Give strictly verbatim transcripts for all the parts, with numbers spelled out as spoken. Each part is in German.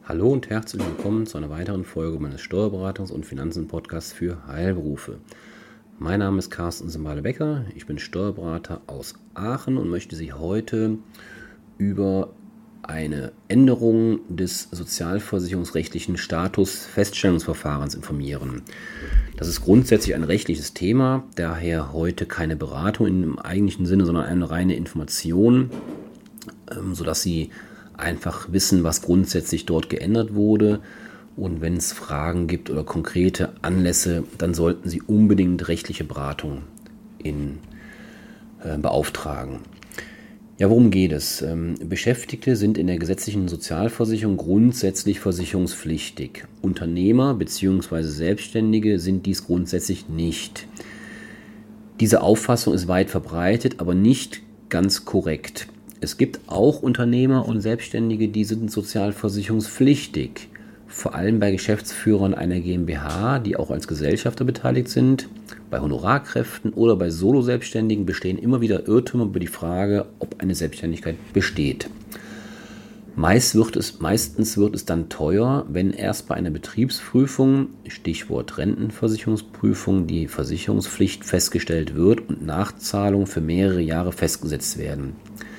Hallo und herzlich willkommen zu einer weiteren Folge meines Steuerberatungs- und Finanzen-Podcasts für Heilberufe. Mein Name ist Carsten Simbale-Becker, ich bin Steuerberater aus Aachen und möchte Sie heute über eine Änderung des sozialversicherungsrechtlichen Status-Feststellungsverfahrens informieren. Das ist grundsätzlich ein rechtliches Thema, daher heute keine Beratung im eigentlichen Sinne, sondern eine reine Information, sodass Sie einfach wissen, was grundsätzlich dort geändert wurde. Und wenn es Fragen gibt oder konkrete Anlässe, dann sollten Sie unbedingt rechtliche Beratung in, äh, beauftragen. Ja, worum geht es? Ähm, Beschäftigte sind in der gesetzlichen Sozialversicherung grundsätzlich versicherungspflichtig. Unternehmer bzw. Selbstständige sind dies grundsätzlich nicht. Diese Auffassung ist weit verbreitet, aber nicht ganz korrekt. Es gibt auch Unternehmer und Selbstständige, die sind sozialversicherungspflichtig. Vor allem bei Geschäftsführern einer GmbH, die auch als Gesellschafter beteiligt sind. Bei Honorarkräften oder bei Solo-Selbstständigen bestehen immer wieder Irrtümer über die Frage, ob eine Selbstständigkeit besteht. Meist wird es, meistens wird es dann teuer, wenn erst bei einer Betriebsprüfung, Stichwort Rentenversicherungsprüfung, die Versicherungspflicht festgestellt wird und Nachzahlungen für mehrere Jahre festgesetzt werden.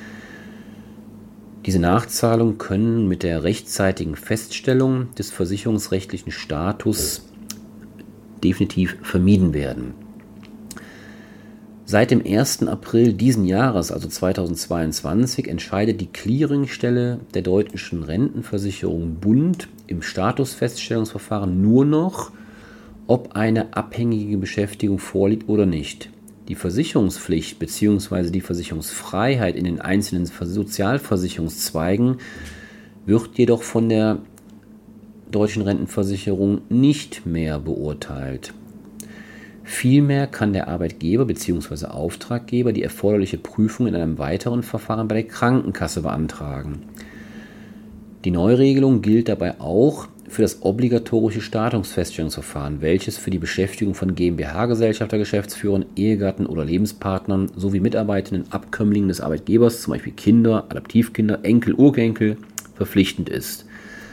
Diese Nachzahlungen können mit der rechtzeitigen Feststellung des versicherungsrechtlichen Status definitiv vermieden werden. Seit dem ersten April diesen Jahres, also zweitausendzweiundzwanzig, entscheidet die Clearingstelle der Deutschen Rentenversicherung Bund im Statusfeststellungsverfahren nur noch, ob eine abhängige Beschäftigung vorliegt oder nicht. Die Versicherungspflicht bzw. die Versicherungsfreiheit in den einzelnen Sozialversicherungszweigen wird jedoch von der Deutschen Rentenversicherung nicht mehr beurteilt. Vielmehr kann der Arbeitgeber bzw. Auftraggeber die erforderliche Prüfung in einem weiteren Verfahren bei der Krankenkasse beantragen. Die Neuregelung gilt dabei auch für das obligatorische Statusfeststellungsverfahren, welches für die Beschäftigung von GmbH-Gesellschafter, Geschäftsführern, Ehegatten oder Lebenspartnern sowie mitarbeitenden Abkömmlingen des Arbeitgebers, zum Beispiel Kinder, Adoptivkinder, Enkel, Urenkel, verpflichtend ist.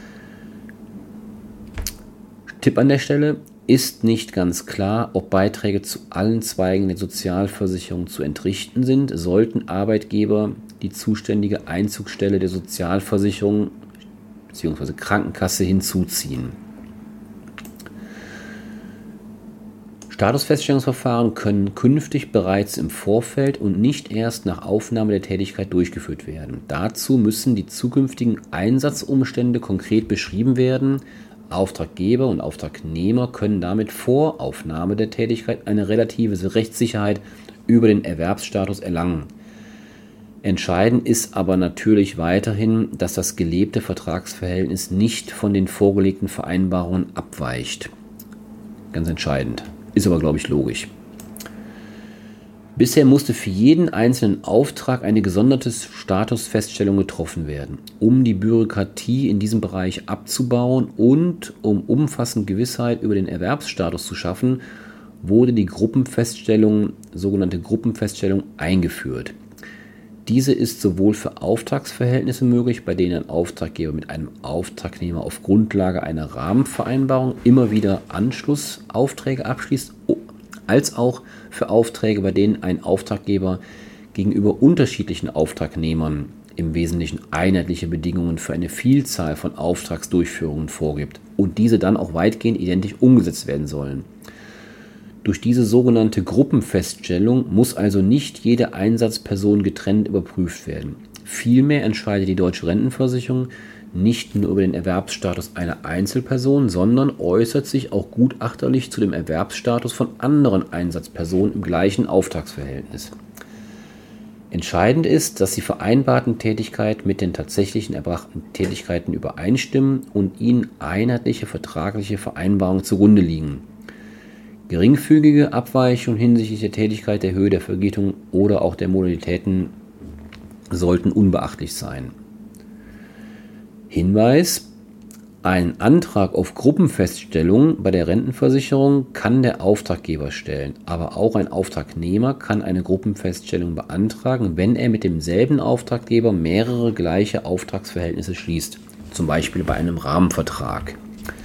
Tipp an der Stelle: Ist nicht ganz klar, ob Beiträge zu allen Zweigen der Sozialversicherung zu entrichten sind, sollten Arbeitgeber die zuständige Einzugsstelle der Sozialversicherung bzw. Krankenkasse hinzuziehen. Statusfeststellungsverfahren können künftig bereits im Vorfeld und nicht erst nach Aufnahme der Tätigkeit durchgeführt werden. Dazu müssen die zukünftigen Einsatzumstände konkret beschrieben werden. Auftraggeber und Auftragnehmer können damit vor Aufnahme der Tätigkeit eine relative Rechtssicherheit über den Erwerbsstatus erlangen. Entscheidend ist aber natürlich weiterhin, dass das gelebte Vertragsverhältnis nicht von den vorgelegten Vereinbarungen abweicht. Ganz entscheidend. Ist aber, glaube ich, logisch. Bisher musste für jeden einzelnen Auftrag eine gesonderte Statusfeststellung getroffen werden, um die Bürokratie in diesem Bereich abzubauen und um umfassend Gewissheit über den Erwerbsstatus zu schaffen, wurde die Gruppenfeststellung, sogenannte Gruppenfeststellung, eingeführt. Diese ist sowohl für Auftragsverhältnisse möglich, bei denen ein Auftraggeber mit einem Auftragnehmer auf Grundlage einer Rahmenvereinbarung immer wieder Anschlussaufträge abschließt, als auch für Aufträge, bei denen ein Auftraggeber gegenüber unterschiedlichen Auftragnehmern im Wesentlichen einheitliche Bedingungen für eine Vielzahl von Auftragsdurchführungen vorgibt und diese dann auch weitgehend identisch umgesetzt werden sollen. Durch diese sogenannte Gruppenfeststellung muss also nicht jede Einsatzperson getrennt überprüft werden. Vielmehr entscheidet die Deutsche Rentenversicherung nicht nur über den Erwerbsstatus einer Einzelperson, sondern äußert sich auch gutachterlich zu dem Erwerbsstatus von anderen Einsatzpersonen im gleichen Auftragsverhältnis. Entscheidend ist, dass die vereinbarten Tätigkeiten mit den tatsächlichen erbrachten Tätigkeiten übereinstimmen und ihnen einheitliche vertragliche Vereinbarungen zugrunde liegen. Geringfügige Abweichungen hinsichtlich der Tätigkeit, der Höhe der Vergütung oder auch der Modalitäten sollten unbeachtlich sein. Hinweis: Einen Antrag auf Gruppenfeststellung bei der Rentenversicherung kann der Auftraggeber stellen, aber auch ein Auftragnehmer kann eine Gruppenfeststellung beantragen, wenn er mit demselben Auftraggeber mehrere gleiche Auftragsverhältnisse schließt. zum Beispiel bei einem Rahmenvertrag.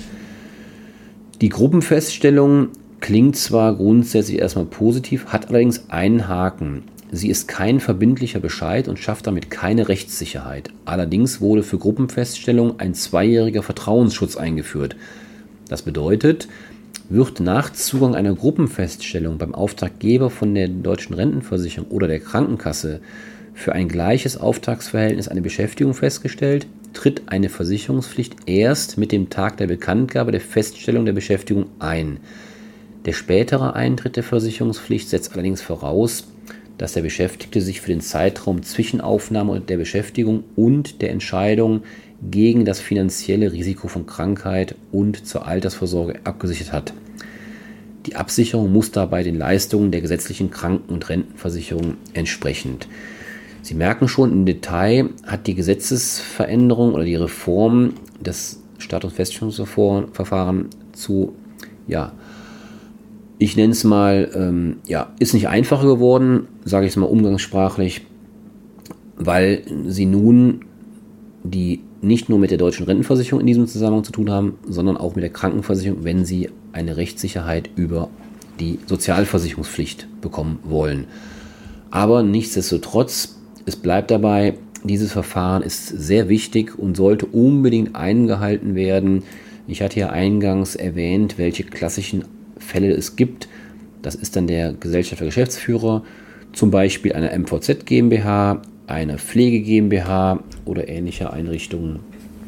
Die Gruppenfeststellung klingt zwar grundsätzlich erstmal positiv, hat allerdings einen Haken. Sie ist kein verbindlicher Bescheid und schafft damit keine Rechtssicherheit. Allerdings wurde für Gruppenfeststellung ein zweijähriger Vertrauensschutz eingeführt. Das bedeutet, wird nach Zugang einer Gruppenfeststellung beim Auftraggeber von der deutschen Rentenversicherung oder der Krankenkasse für ein gleiches Auftragsverhältnis eine Beschäftigung festgestellt, tritt eine Versicherungspflicht erst mit dem Tag der Bekanntgabe der Feststellung der Beschäftigung ein. Der spätere Eintritt der Versicherungspflicht setzt allerdings voraus, dass der Beschäftigte sich für den Zeitraum zwischen Aufnahme der Beschäftigung und der Entscheidung gegen das finanzielle Risiko von Krankheit und zur Altersvorsorge abgesichert hat. Die Absicherung muss dabei den Leistungen der gesetzlichen Kranken- und Rentenversicherung entsprechend. Sie merken schon, im Detail hat die Gesetzesveränderung oder die Reform des Statusfeststellungsverfahrens zu, ja, ich nenne es mal, ähm, ja, ist nicht einfacher geworden, sage ich es mal umgangssprachlich, weil sie nun die nicht nur mit der deutschen Rentenversicherung in diesem Zusammenhang zu tun haben, sondern auch mit der Krankenversicherung, wenn sie eine Rechtssicherheit über die Sozialversicherungspflicht bekommen wollen. Aber nichtsdestotrotz, es bleibt dabei, dieses Verfahren ist sehr wichtig und sollte unbedingt eingehalten werden. Ich hatte ja eingangs erwähnt, welche klassischen Fälle es gibt. Das ist dann der Gesellschafter Geschäftsführer, zum Beispiel eine M V Z GmbH, eine Pflege GmbH oder ähnliche Einrichtungen.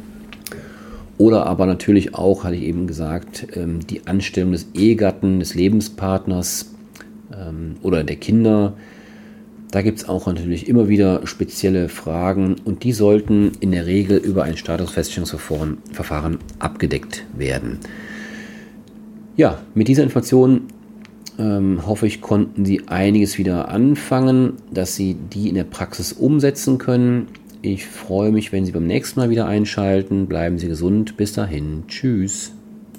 Oder aber natürlich auch, hatte ich eben gesagt, die Anstellung des Ehegatten, des Lebenspartners oder der Kinder. Da gibt es auch natürlich immer wieder spezielle Fragen und die sollten in der Regel über ein Statusfeststellungsverfahren Verfahren abgedeckt werden. Ja, mit dieser Information ähm, hoffe ich, konnten Sie einiges wieder anfangen, dass Sie die in der Praxis umsetzen können. Ich freue mich, wenn Sie beim nächsten Mal wieder einschalten. Bleiben Sie gesund. Bis dahin. Tschüss.